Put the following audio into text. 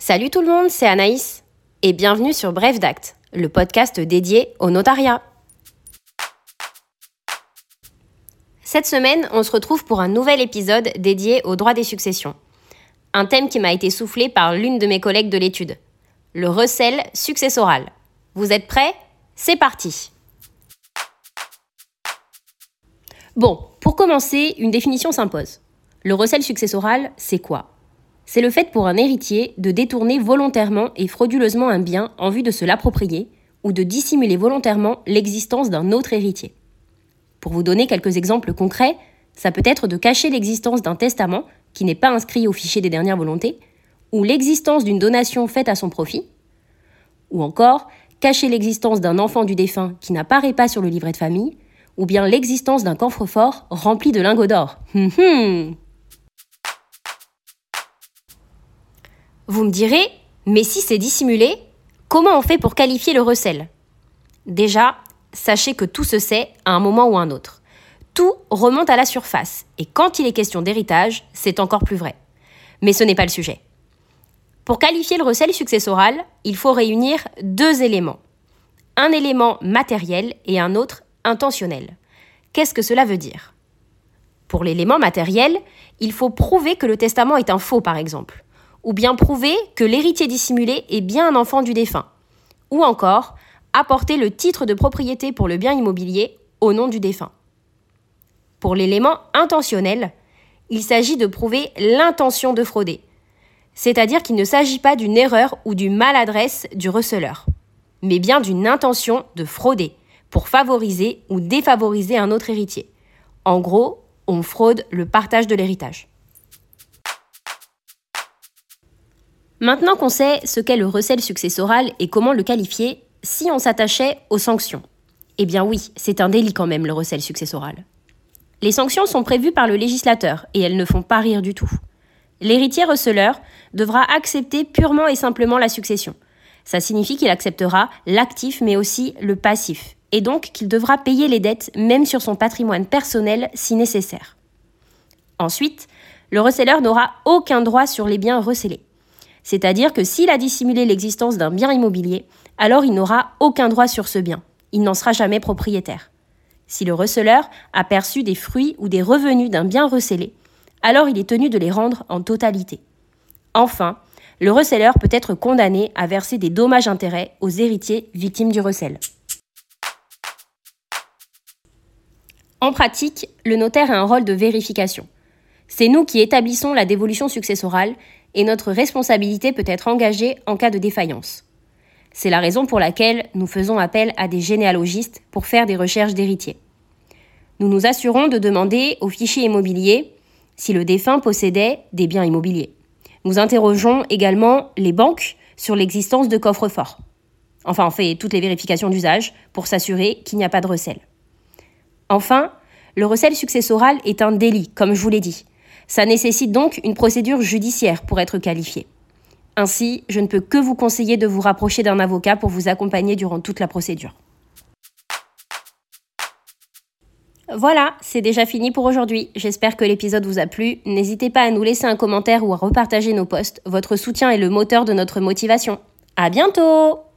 Salut tout le monde, c'est Anaïs et bienvenue sur Bref d'Acte, le podcast dédié au notariat. Cette semaine, on se retrouve pour un nouvel épisode dédié au droit des successions. Un thème qui m'a été soufflé par l'une de mes collègues de l'étude, le recel successoral. Vous êtes prêts ? C'est parti ! Bon, pour commencer, une définition s'impose. Le recel successoral, c'est quoi ? C'est le fait pour un héritier de détourner volontairement et frauduleusement un bien en vue de se l'approprier ou de dissimuler volontairement l'existence d'un autre héritier. Pour vous donner quelques exemples concrets, ça peut être de cacher l'existence d'un testament qui n'est pas inscrit au fichier des dernières volontés, ou l'existence d'une donation faite à son profit, ou encore cacher l'existence d'un enfant du défunt qui n'apparaît pas sur le livret de famille, ou bien l'existence d'un coffre-fort rempli de lingots d'or. Vous me direz, mais si c'est dissimulé, comment on fait pour qualifier le recel ? Déjà, sachez que tout se sait à un moment ou à un autre. Tout remonte à la surface, et quand il est question d'héritage, c'est encore plus vrai. Mais ce n'est pas le sujet. Pour qualifier le recel successoral, il faut réunir deux éléments. Un élément matériel et un autre intentionnel. Qu'est-ce que cela veut dire ? Pour l'élément matériel, il faut prouver que le testament est un faux, par exemple. Ou bien prouver que l'héritier dissimulé est bien un enfant du défunt. Ou encore, apporter le titre de propriété pour le bien immobilier au nom du défunt. Pour l'élément intentionnel, il s'agit de prouver l'intention de frauder. C'est-à-dire qu'il ne s'agit pas d'une erreur ou d'une maladresse du receleur, mais bien d'une intention de frauder pour favoriser ou défavoriser un autre héritier. En gros, on fraude le partage de l'héritage. Maintenant qu'on sait ce qu'est le recel successoral et comment le qualifier, si on s'attachait aux sanctions. Eh bien oui, c'est un délit quand même le recel successoral. Les sanctions sont prévues par le législateur et elles ne font pas rire du tout. L'héritier receleur devra accepter purement et simplement la succession. Ça signifie qu'il acceptera l'actif mais aussi le passif et donc qu'il devra payer les dettes même sur son patrimoine personnel si nécessaire. Ensuite, le receleur n'aura aucun droit sur les biens recélés. C'est-à-dire que s'il a dissimulé l'existence d'un bien immobilier, alors il n'aura aucun droit sur ce bien. Il n'en sera jamais propriétaire. Si le receleur a perçu des fruits ou des revenus d'un bien recelé, alors il est tenu de les rendre en totalité. Enfin, le receleur peut être condamné à verser des dommages-intérêts aux héritiers victimes du recel. En pratique, le notaire a un rôle de vérification. C'est nous qui établissons la dévolution successorale et notre responsabilité peut être engagée en cas de défaillance. C'est la raison pour laquelle nous faisons appel à des généalogistes pour faire des recherches d'héritiers. Nous nous assurons de demander au fichier immobilier si le défunt possédait des biens immobiliers. Nous interrogeons également les banques sur l'existence de coffres-forts. Enfin, on fait toutes les vérifications d'usage pour s'assurer qu'il n'y a pas de recel. Enfin, le recel successoral est un délit, comme je vous l'ai dit. Ça nécessite donc une procédure judiciaire pour être qualifié. Ainsi, je ne peux que vous conseiller de vous rapprocher d'un avocat pour vous accompagner durant toute la procédure. Voilà, c'est déjà fini pour aujourd'hui. J'espère que l'épisode vous a plu. N'hésitez pas à nous laisser un commentaire ou à repartager nos posts. Votre soutien est le moteur de notre motivation. À bientôt!